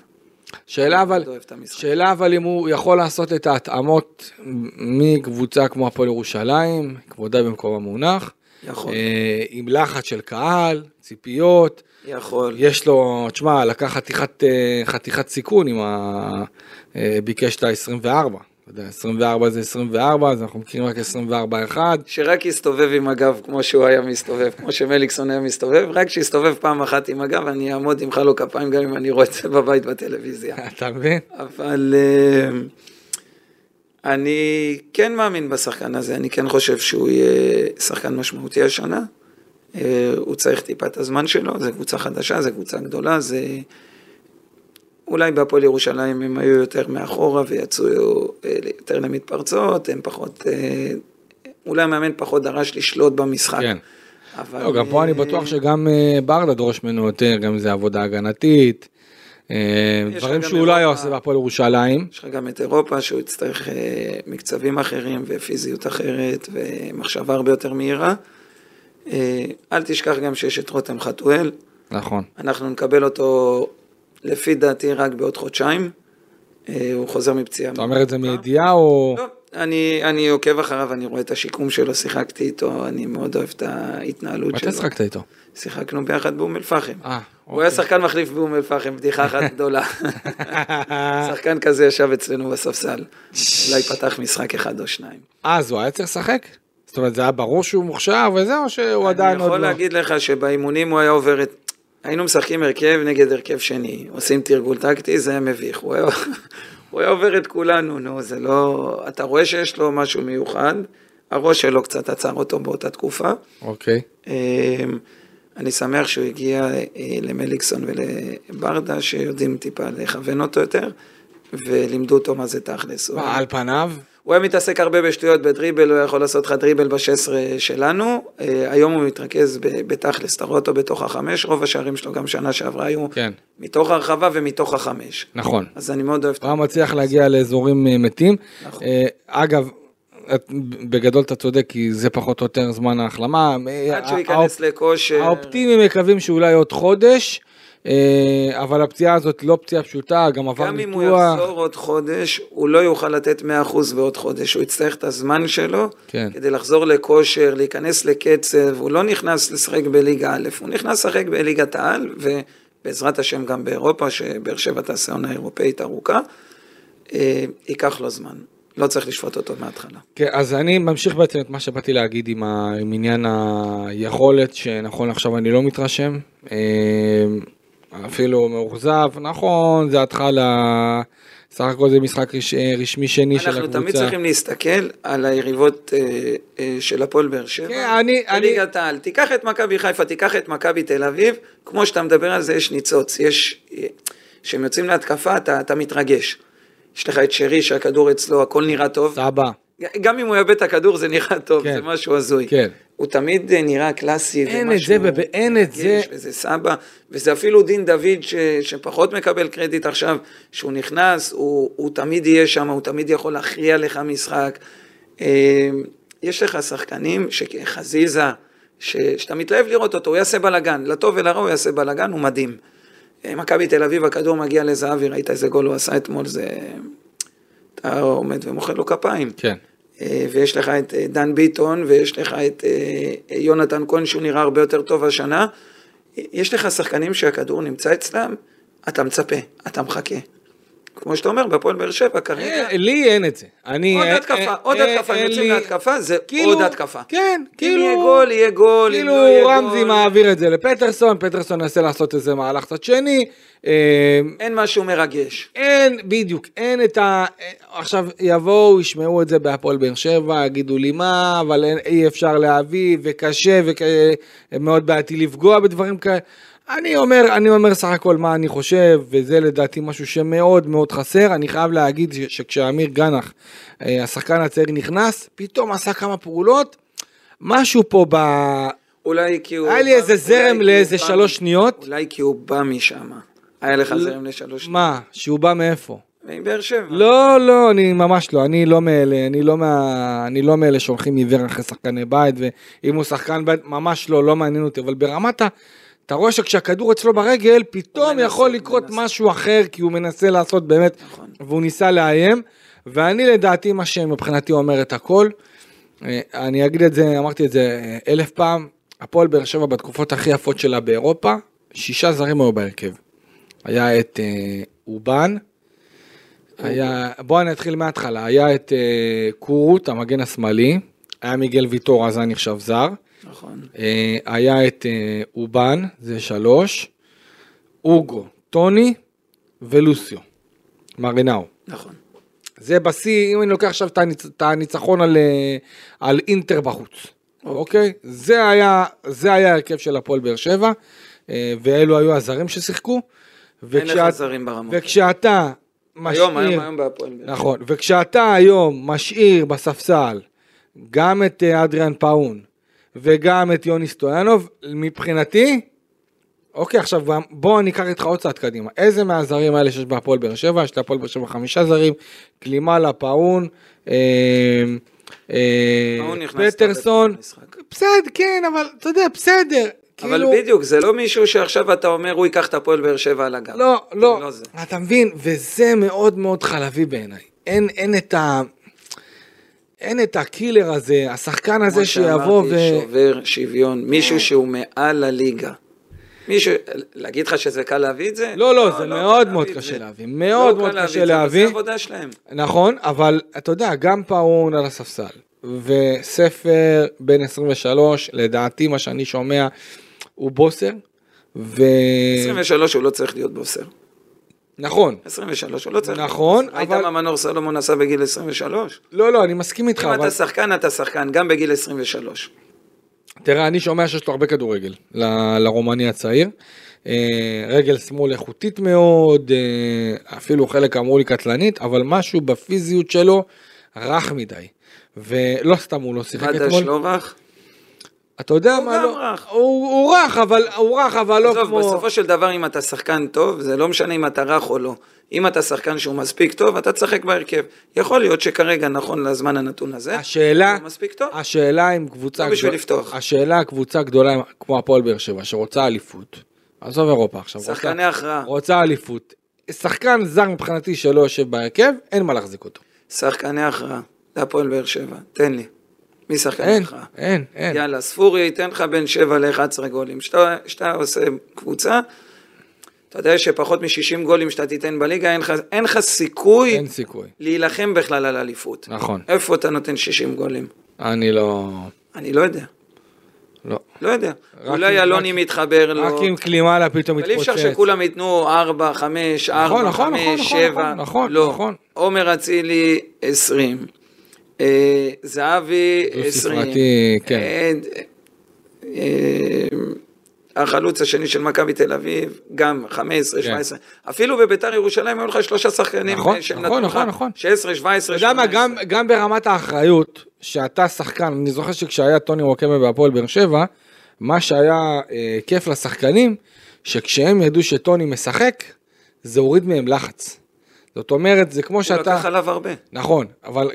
Speaker 2: שאלה אבל אם הוא יכול לעשות את ההתאמות מקבוצה כמו הפועל ירושלים, כבודה במקום המונח,
Speaker 3: יכול.
Speaker 2: עם לחץ של קהל, ציפיות,
Speaker 3: יכול.
Speaker 2: יש לו, תשמע, לקח חתיכת סיכון עם ביקש את ה-24, 24 זה 24, אז אנחנו מכירים רק 24-1.
Speaker 3: שרק יסתובב עם הגב כמו שהוא היה מסתובב, כמו שמליקסון היה מסתובב, רק שיסתובב פעם אחת עם הגב, אני אעמוד עם חלו כפיים גם אם אני רואה את זה בבית בטלוויזיה.
Speaker 2: אתה מבין?
Speaker 3: אבל אני כן מאמין בשחקן הזה, אני כן חושב שהוא יהיה שחקן משמעותי השנה, הוא צריך טיפה את הזמן שלו, זה קבוצה חדשה, זה קבוצה גדולה, זה... אולי בהפועל ירושלים הם היו יותר מאחורה ויצאו יותר למתפרצות, הם פחות, אולי המאמן פחות דרש לשלוט במשחק.
Speaker 2: כן. לא, גם פה אני בטוח שגם ברדה דורש ממנו יותר, גם זה עבודה הגנתית, דברים שהוא לא היה עושה בהפועל ירושלים.
Speaker 3: יש לך גם את אירופה, שהוא יצטרך מקצבים אחרים ופיזיות אחרת, ומחשבה הרבה יותר מהירה. אל תשכח גם שיש את רותם חתואל.
Speaker 2: נכון.
Speaker 3: אנחנו נקבל אותו, לפי דעתי, רק בעוד חודשיים. הוא חוזר מפציעה.
Speaker 2: אתה אומר את זה מידיעה או...
Speaker 3: לא, אני עוקב אחריו, אני רואה את השיקום שלו, שיחקתי איתו, אני מאוד אוהב את ההתנהלות שלו.
Speaker 2: מתי שחקת איתו?
Speaker 3: שיחקנו ביחד באום אל-פחם.
Speaker 2: אוקיי.
Speaker 3: הוא היה שחקן מחליף באום אל-פחם, בדיחה אחת גדולה. שחקן כזה ישב אצלנו בספסל. אולי פתח משחק אחד או שניים.
Speaker 2: אז הוא היה צריך לשחק? זאת אומרת, זה היה ברור שהוא מוכשר וזה, או שהוא עדיין עוד לא?
Speaker 3: אני יכול להגיד לך שבאימונים הוא היה עובר את... היינו משחקים הרכב נגד הרכב שני, עושים תרגול טקטי, זה היה מביך. הוא היה עובר את כולנו, נו, זה לא... אתה רואה שיש לו משהו מיוחד, הראש שלו קצת עצר אותו באותה תקופה.
Speaker 2: אוקיי.
Speaker 3: אני שמח שהוא הגיע למליקסון ולברדה, שיודעים טיפה לכוון אותו יותר, ולימדו אותו מה זה תכלס.
Speaker 2: על פניו?
Speaker 3: הוא היה מתעסק הרבה בשטויות בדריבל, הוא יכול לעשות לך דריבל ב-16 שלנו, היום הוא מתרכז בתכלס, אתה רואה אותו בתוך החמש, רוב השערים שלו גם שנה שעברה היו מתוך הרחבה ומתוך החמש.
Speaker 2: נכון.
Speaker 3: אז אני מאוד אוהב.
Speaker 2: הוא מצליח להגיע לאזורים מתים.
Speaker 3: נכון.
Speaker 2: אגב, בגדול אתה צודק, כי זה פחות או יותר זמן ההחלמה.
Speaker 3: עד שהוא ייכנס לכושר.
Speaker 2: האופטימיים מקווים שאולי עוד חודש, אבל הפציעה הזאת לא פציעה פשוטה, גם עבר ניתוח.
Speaker 3: גם אם הוא יחזור עוד חודש, הוא לא יוכל לתת 100% ועוד חודש, הוא יצטרך את הזמן שלו, כדי לחזור לכושר, להיכנס לקצב, הוא לא נכנס לשחק בליגה א', הוא נכנס לשחק בליגת העל, ובעזרת השם גם באירופה, שבאר שבע תעשה עונה אירופאית ארוכה, ייקח לו זמן. לא צריך לשפוט אותו מההתחלה.
Speaker 2: כן, אז אני ממשיך בעצם את מה שבאתי להגיד עם עניין היכולת, שנכון עכשיו אני לא מתרשם, אפילו מאוכזב, נכון, זה התחלה, סך הכל זה משחק רשמי שני של הקבוצה.
Speaker 3: אנחנו תמיד צריכים להסתכל על היריבות של הפועל באר שבע, בליגת העל. תיקח את מכבי חיפה, תיקח את מכבי תל אביב, כמו שאתה מדבר על זה, יש ניצוץ, כשהם יוצאים להתקפה, אתה מתרגש. יש לך את שרי שהכדור אצלו, הכל נראה טוב.
Speaker 2: סבא.
Speaker 3: גם אם הוא יאבד את הכדור זה נראה טוב, זה משהו הזוי.
Speaker 2: כן.
Speaker 3: הוא תמיד נראה קלאסי.
Speaker 2: אין את זה, אין את זה.
Speaker 3: וזה סבא, וזה אפילו דין דוד שפחות מקבל קרדיט עכשיו, שהוא נכנס, הוא תמיד יהיה שם, הוא תמיד יכול להכריע לך משחק. יש לך שחקנים שחזיזה, שאתה מתלהב לראות אותו, הוא יעשה בלגן, לטוב ולרע הוא יעשה בלגן, הוא מדהים. מכבי תל אביב, הכדור מגיע לזהבי, ראית איזה גול הוא עשה אתמול, זה... אתה עומד ומוחד לו כפיים.
Speaker 2: כן.
Speaker 3: ויש לך את דן ביטון, ויש לך את יונתן כהן, שהוא נראה הרבה יותר טוב השנה. יש לך שחקנים שהכדור נמצא אצלם, אתה מצפה, אתה מחכה. כמו שאתה אומר, בפועל באר שבע, כרגע...
Speaker 2: לי אין את זה.
Speaker 3: עוד התקפה, יוצאים להתקפה, זה עוד התקפה.
Speaker 2: כן, כאילו...
Speaker 3: אם יהיה גול, יהיה גול, אם לא יהיה גול.
Speaker 2: רמזי מעביר את זה לפטרסון, פטרסון נסה לעשות איזה מהלך קצת שני.
Speaker 3: אין משהו מרגש.
Speaker 2: אין, בדיוק, אין את ה... עכשיו יבואו, ישמעו את זה בהפועל באר שבע, יגידו לי מה, אבל אי אפשר להביא, וקשה, ומאוד בעייתי לפגוע בדברים כאלה. אני אומר סך הכל מה אני חושב, וזה לדעתי משהו שמאוד מאוד חסר. אני חייב להגיד שכשאמיר גנח, השחקן הצעיר נכנס, פתאום עשה כמה פעולות, משהו פה
Speaker 3: אולי כי הוא...
Speaker 2: היה לי איזה זרם לאיזה 3 שניות.
Speaker 3: אולי כי הוא בא משם. היה לך זרם ל3 שניות.
Speaker 2: מה? שהוא בא מאיפה?
Speaker 3: מבאר שבע.
Speaker 2: לא, אני ממש לא. אני לא מאלה שהולכים עיוור אחרי שחקני בית, ואם הוא שחקן בית, ממש לא מעניין אותי, אבל ברמת אתה רואה שכשהכדור אצלו ברגל, פתאום יכול לקרות משהו אחר, כי הוא מנסה לעשות באמת, והוא ניסה לאיים, ואני לדעתי מה שמבחינתי אומר את הכל, אני אגיד את זה, אמרתי את זה 1000 פעם, הפועל באר שבע בתקופות הכי יפות שלה באירופה, 6 זרים היו בהרכב. היה את אובן, בואו נתחיל מההתחלה, היה את קורות, המגן השמאלי, היה מיגל ויטור, אז היה נחשב זר,
Speaker 3: נכון.
Speaker 2: היה את אובן, זה 3, אוגו, טוני ולוסיו, מרינאו.
Speaker 3: נכון.
Speaker 2: זה בסי, אם אני לוקח עכשיו את הניצחון על אינטר בחוץ. אוקיי? זה היה הרכב של הפועל באר שבע, ואלו היו הזרים ששיחקו.
Speaker 3: אין לך זרים ברמות.
Speaker 2: וכשאתה משאיר...
Speaker 3: היום בהפועל באר שבע.
Speaker 2: נכון, וכשאתה היום משאיר בספסל, גם את אדריאן פאון, וגם את יוני סטויאנוב, מבחינתי, אוקיי, עכשיו בוא ניקח איתך עוד צעד קדימה, איזה מהזרים האלה שיש בהפועל באר שבע, יש להפועל באר שבע 5 זרים, קלימאלה, פאון, פטרסון, בסדר, כן, אבל אתה יודע, בסדר.
Speaker 3: אבל בדיוק, זה לא מישהו שעכשיו אתה אומר, הוא ייקח את הפועל באר שבע על הגב.
Speaker 2: לא, אתה מבין, וזה מאוד מאוד חלבי בעיניי. אין את הקילר הזה, השחקן הזה שיבוא
Speaker 3: שובר שוויון, מישהו שהוא מעל הליגה. מישהו, להגיד לך שזה קל להביא את זה?
Speaker 2: לא, זה מאוד מאוד קשה להביא, מאוד מאוד קשה להביא.
Speaker 3: זה עבודה שלהם.
Speaker 2: נכון, אבל אתה יודע, גם פאון על הספסל, וספר בין 23, לדעתי מה שאני שומע, הוא בוסר,
Speaker 3: 23 הוא לא צריך להיות בוסר.
Speaker 2: נכון.
Speaker 3: 23 הוא לא צריך.
Speaker 2: נכון,
Speaker 3: אבל... ראית מה מנור סולומון עשה בגיל 23?
Speaker 2: לא, אני מסכים איתך.
Speaker 3: אם אתה שחקן, אתה שחקן, גם בגיל 23.
Speaker 2: תראה, אני שומע שיש לו הרבה כדורגל, לרומני הצעיר. רגל שמאל איכותית מאוד, אפילו חלק אמרו לי קטלנית, אבל משהו בפיזיות שלו רך מדי. ולא סתם הוא לא שיחק אתמול.
Speaker 3: חדש לא רך?
Speaker 2: אתה יודע מה לא? הוא רך, אבל לא כמו...
Speaker 3: בסופו של דבר, אם אתה שחקן טוב, זה לא משנה אם אתה רך או לא. אם אתה שחקן שהוא מספיק טוב, אתה תשחק בהרכב. יכול להיות שכרגע נכון לזמן הנתון הזה, הוא מספיק טוב.
Speaker 2: השאלה אם קבוצה...
Speaker 3: לא בשביל לפתוח.
Speaker 2: השאלה, קבוצה גדולה כמו הפועל באר שבע, שרוצה אליפות. עזוב אירופה עכשיו.
Speaker 3: שחקני הכרעה.
Speaker 2: רוצה אליפות. שחקן זר מבחינתי שלא יושב בהרכב, אין מה להחזיק אותו.
Speaker 3: שחקני הכרעה. זה הפועל באר שבע. תן לי. מי שחקני הכרעה?
Speaker 2: אין.
Speaker 3: יאללה, ספורי ייתן לך בין 7 ל-11 גולים. שאתה עושה קבוצה, אתה יודע שפחות מ-60 גולים שאתה תיתן בליגה, אין לך סיכוי להילחם בכלל על אליפות.
Speaker 2: נכון.
Speaker 3: איפה אתה נותן 60 גולים?
Speaker 2: אני לא
Speaker 3: יודע. לא יודע. אולי אלוני מתחבר לו.
Speaker 2: רק עם קלימאלה פתאום מתפוצץ.
Speaker 3: אבל אי אפשר שכולם ייתנו 4, 5, 4, 5, 7.
Speaker 2: נכון.
Speaker 3: עומר אצילי 20. זהבי 20.
Speaker 2: כן.
Speaker 3: החלוץ השני של מכבי תל אביב, גם 15, 17, אפילו בביתר ירושלים היו לך 3 שחקנים
Speaker 2: נכון.
Speaker 3: 16, 17,
Speaker 2: אתה יודע מה, גם ברמת האחריות, שאתה שחקן, אני זוכר שכשהיה טוני וואקמה בהפועל באר שבע, מה שהיה כיף לשחקנים, שכשהם ידעו שטוני משחק, זה הוריד מהם לחץ. זאת אומרת, זה כמו שאתה...
Speaker 3: הוא לקח עליו הרבה.
Speaker 2: נכון, אבל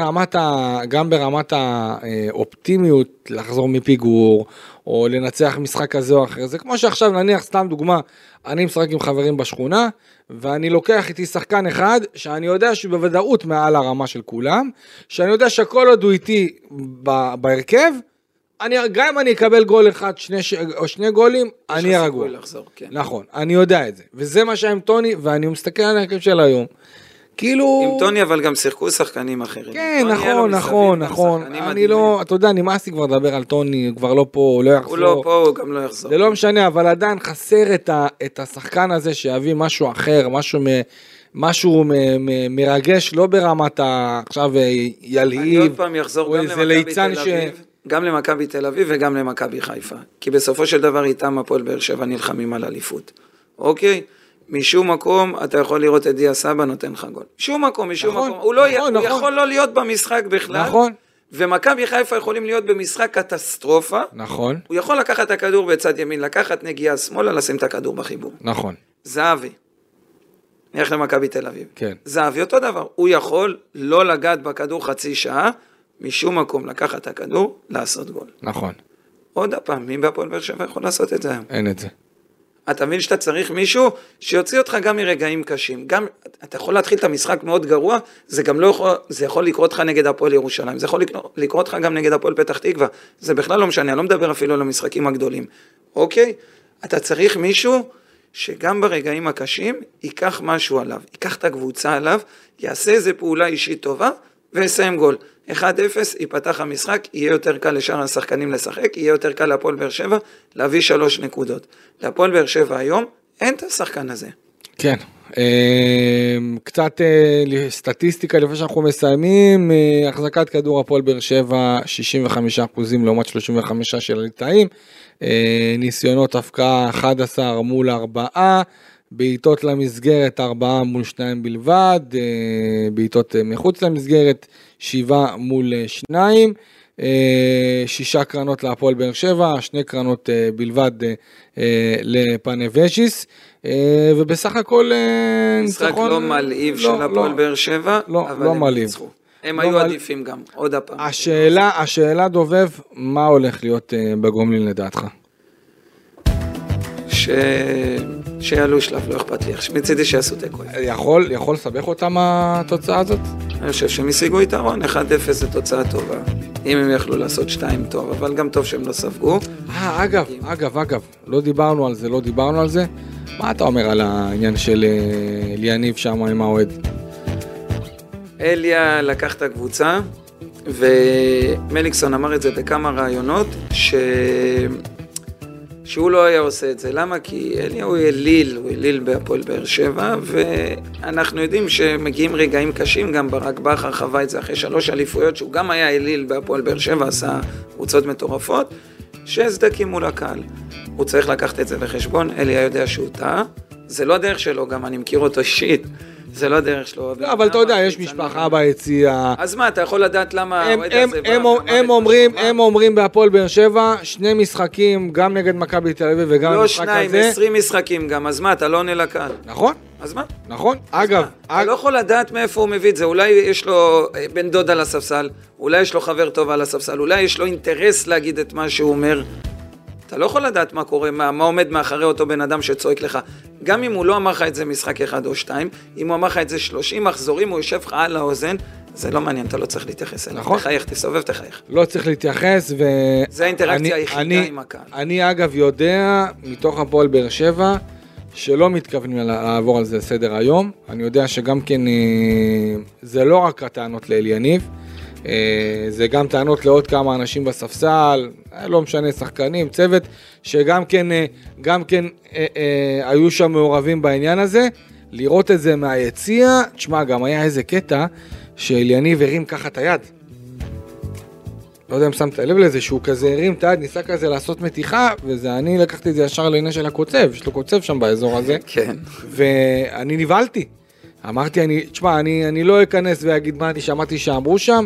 Speaker 2: גם ברמת האופטימיות לחזור מפיגור, או לנצח משחק כזה או אחר, זה כמו שעכשיו נניח, סתם דוגמה, אני משחק עם חברים בשכונה, ואני לוקח איתי שחקן אחד, שאני יודע שבוודאות מעל הרמה של כולם, שאני יודע שכל עוד הוא איתי בהרכב, גם אם אני אקבל גול אחד או 2 גולים, אני ארגוע. נכון, אני יודע את זה. וזה מה שהיה עם טוני, ואני מסתכל על ההרכב של היום. כאילו...
Speaker 3: עם טוני אבל גם שיחקו שחקנים אחרים.
Speaker 2: כן, נכון. אני לא, אתה יודע, נמאסתי כבר לדבר על טוני, הוא כבר לא פה, הוא לא יחזור.
Speaker 3: הוא לא פה, הוא גם לא יחזור.
Speaker 2: זה לא משנה, אבל עדיין חסר את השחקן הזה שיביא משהו אחר, משהו מרגש, לא ברמת עכשיו ילהיב.
Speaker 3: אני עוד פעם יחזור גם למכבי תל אביב וגם למכבי חיפה. כי בסופו של דבר איתם הפועל באר שבע נלחמים על אליפות. אוקיי? משום מקום אתה יכול לראות את דיה סבא נותן לך גול. משום מקום. הוא יכול לא להיות במשחק בכלל.
Speaker 2: נכון.
Speaker 3: ומכבי חיפה יכולים להיות במשחק קטסטרופה.
Speaker 2: נכון.
Speaker 3: הוא יכול לקחת את הכדור בצד ימין, לקחת נגיעה שמאלה, לשים את הכדור בחיבור.
Speaker 2: נכון.
Speaker 3: זהבי. נלך למכבי תל אביב.
Speaker 2: כן.
Speaker 3: זהבי אותו דבר. הוא יכול לא לגעת בכדור חצי שעה, משום מקום לקחת את הכדור, לעשות גול.
Speaker 2: נכון.
Speaker 3: עוד הפעם, מי בהפועל באר שבע יכול לעשות את זה היום?
Speaker 2: אין את זה.
Speaker 3: אתה מבין שאתה צריך מישהו שיוציא אותך גם מרגעים קשים. גם, אתה יכול להתחיל את המשחק מאוד גרוע, זה גם לא יכול, זה יכול לקרות לך נגד הפועל ירושלים, זה יכול לקרות לך גם נגד הפועל פתח תקווה, זה בכלל לא משנה, אני לא מדבר אפילו על המשחקים הגדולים. אוקיי? אתה צריך מישהו שגם ברגעים הקשים ייקח משהו עליו, ייקח את הקבוצה עליו, יעשה איזה פעולה אישית טובה, ויסיים גול. 1-0, ייפתח המשחק, יהיה יותר קל לשאר השחקנים לשחק, יהיה יותר קל להפועל באר שבע, להביא 3 נקודות. להפועל באר שבע היום, אין את השחקן הזה.
Speaker 2: כן, קצת סטטיסטיקה לפני שאנחנו מסיימים, החזקת כדור הפועל באר שבע, 65% לעומת 35% של הליטאים, ניסיונות הפקעה 11 מול 4, בעיטות למסגרת 4 מול 2 בלבד, בעיטות מחוץ למסגרת 7 מול 2, 6 קרנות להפועל באר שבע, 2 קרנות בלבד לפנבז'יס, ובסך הכל
Speaker 3: משחק לא מלהיב של הפועל באר שבע, אבל הם ניצחו. הם היו עדיפים גם, עוד הפעם.
Speaker 2: השאלה דובב, מה הולך להיות בגומלין לדעתך?
Speaker 3: שיעלו שלב, לא אכפת לי. מצידי שיעשו תיקו.
Speaker 2: יכול לסבך אותם התוצאה הזאת?
Speaker 3: אני חושב שהם השיגו יתרון, 1-0 זה תוצאה טובה. אם הם יכלו לעשות 2 טוב, אבל גם טוב שהם לא ספגו.
Speaker 2: אגב, לא דיברנו על זה. מה אתה אומר על העניין של ליאניב שם עם האוהד?
Speaker 3: אליה לקח את הקבוצה, ומליקסון אמר את זה בכמה רעיונות, שהוא לא היה עושה את זה. למה? כי אליה הוא אליל בהפועל באר שבע, ואנחנו יודעים שמגיעים רגעים קשים, גם ברק בכר חווה את זה אחרי 3 אליפויות, שהוא גם היה אליל בהפועל באר שבע, עשה קבוצות מטורפות, שסדקים מול הקהל. הוא צריך לקחת את זה בחשבון, אליה יודע שהוא טעה, זה לא הדרך שלו, גם אני מכיר אותו אישית, זה לא הדרך שלו.
Speaker 2: לא, אבל אתה יודע, יש משפחה ביציאה.
Speaker 3: אז מה, אתה יכול לדעת למה
Speaker 2: הם אומרים בהפועל באר שבע, 2 משחקים, גם נגד מכבי תל אביב וגם
Speaker 3: במשחק הזה. לא 2, 20 משחקים גם, אז מה, אתה לא עונה לקהל.
Speaker 2: נכון.
Speaker 3: אז מה?
Speaker 2: נכון. אגב.
Speaker 3: אתה לא יכול לדעת מאיפה הוא מביא את זה, אולי יש לו בן דוד על הספסל, אולי יש לו חבר טוב על הספסל, אולי יש לו אינטרס להגיד את מה שהוא אומר. אתה לא יכול לדעת מה קורה, מה עומד מאחרי אותו בן אדם שצועק לך. גם אם הוא לא אמר לך את זה משחק 1 או 2, אם הוא אמר לך את זה 30 מחזורים, הוא יושב לך על האוזן, זה לא מעניין, אתה לא צריך להתייחס אליו. נכון. תחייך, תסובב, תחייך.
Speaker 2: לא צריך להתייחס,
Speaker 3: זה האינטראקציה היחידה עם הקהל.
Speaker 2: אני אגב יודע, מתוך הפועל באר שבע, שלא מתכוונים לעבור על זה סדר היום. אני יודע שגם כן, זה לא רק הטענות לאליניב, זה גם טענות לעוד כמה אנשים בספסל, לא משנה, שחקנים, צוות, שגם כן היו שם מעורבים בעניין הזה. לראות את זה מהיציע, תשמע, גם היה איזה קטע שאליניב הרים ככה את היד. לא יודע אם שמת לב לזה, שהוא כזה הרים את היד, ניסה כזה לעשות מתיחה, וזה אני לקחתי את זה ישר לעניין של הקוצב, יש לו קוצב שם באזור הזה.
Speaker 3: כן.
Speaker 2: ואני נבלתי. אמרתי, תשמע, אני לא אכנס ואגיד מה אני שמעתי שאמרו שם,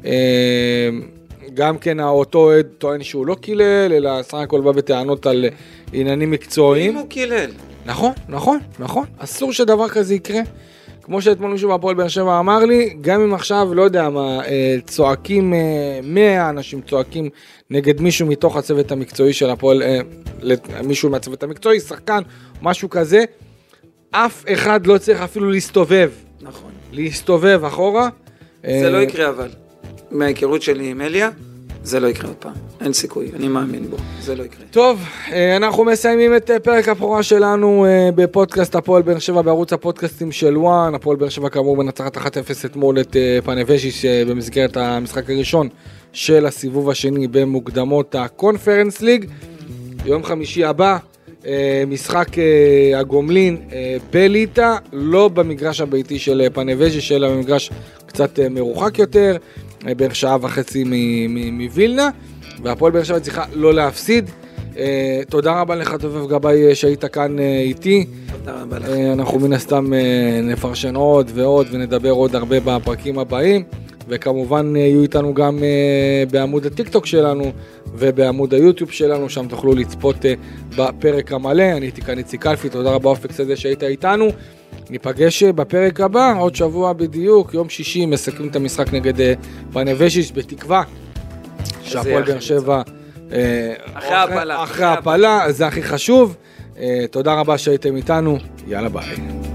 Speaker 2: גם כן אותו עד טוען שהוא לא קילל, אלא סך הכל בא בטענות על עניינים מקצועיים.
Speaker 3: אם הוא קילל.
Speaker 2: נכון, אסור שדבר כזה יקרה. כמו שאתמול מישהו בהפועל באר שבע אמר לי, גם אם עכשיו, לא יודע מה, צועקים, 100 אנשים צועקים נגד מישהו מתוך הצוות המקצועי של הפועל, מישהו מהצוות המקצועי, שחקן, משהו כזה, אף אחד לא צריך אפילו להסתובב.
Speaker 3: נכון.
Speaker 2: להסתובב אחורה.
Speaker 3: זה לא יקרה אבל. מההיכרות שלי עם אליה, זה לא יקרה עוד פעם. אין סיכוי, אני מאמין בו. זה לא יקרה.
Speaker 2: טוב, אנחנו מסיימים את פרק הבכורה שלנו בפודקאסט הפועל באר שבע בערוץ הפודקאסטים של וואן. הפועל באר שבע כאמור מנצחת 1-0 אתמול את פנבז'יס במסגרת המשחק הראשון של הסיבוב השני במוקדמות הקונפרנס ליג. יום חמישי הבא, משחק הגומלין בליטה, לא במגרש הביתי של פנבז'יס, אלא במגרש קצת מרוחק יותר, בערך 1.5 שעה מווילנה, והפועל באר שבע צריכה לא להפסיד. תודה רבה לך דובב גבאי שהיית כאן איתי.
Speaker 3: תודה רבה לך.
Speaker 2: אנחנו מן הסתם נפרשן עוד ועוד ונדבר עוד הרבה בפרקים הבאים, וכמובן יהיו איתנו גם בעמוד הטיקטוק שלנו ובעמוד היוטיוב שלנו, שם תוכלו לצפות בפרק המלא. אני הייתי כאן איציק אלפי, תודה רבה אופק שדה שהיית איתנו. ניפגש בפרק הבא, עוד שבוע בדיוק, יום שישי, מסכמים את המשחק נגד פנבז'יס, בתקווה שהפועל באר שבע אחרי הפלה, זה הכי חשוב. תודה רבה שהייתם איתנו, יאללה ביי.